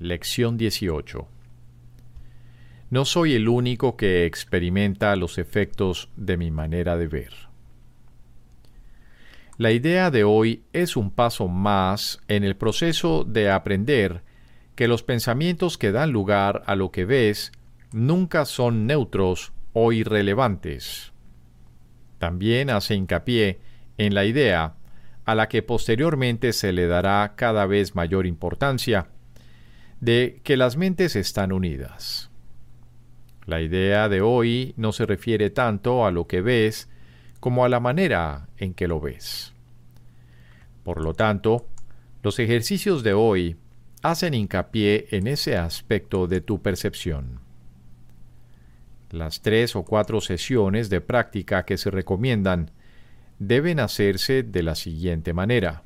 Lección 18. No soy el único que experimenta los efectos de mi manera de ver. La idea de hoy es un paso más en el proceso de aprender que los pensamientos que dan lugar a lo que ves nunca son neutros o irrelevantes. También hace hincapié en la idea, a la que posteriormente se le dará cada vez mayor importancia, de que las mentes están unidas. La idea de hoy no se refiere tanto a lo que ves como a la manera en que lo ves. Por lo tanto, los ejercicios de hoy hacen hincapié en ese aspecto de tu percepción. Las 3 o 4 sesiones de práctica que se recomiendan deben hacerse de la siguiente manera.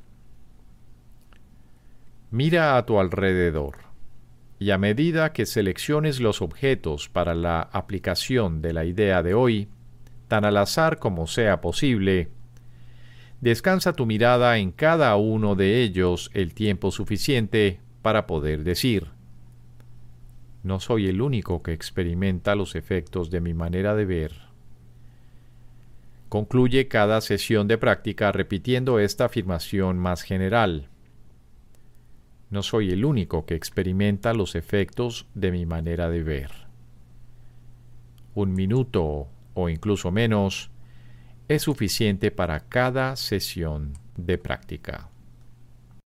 Mira a tu alrededor y a medida que selecciones los objetos para la aplicación de la idea de hoy, tan al azar como sea posible, descansa tu mirada en cada uno de ellos el tiempo suficiente para poder decir: no soy el único que experimenta los efectos de mi manera de ver. Concluye cada sesión de práctica repitiendo esta afirmación más general: no soy el único que experimenta los efectos de mi manera de ver. 1 minuto o incluso menos es suficiente para cada sesión de práctica.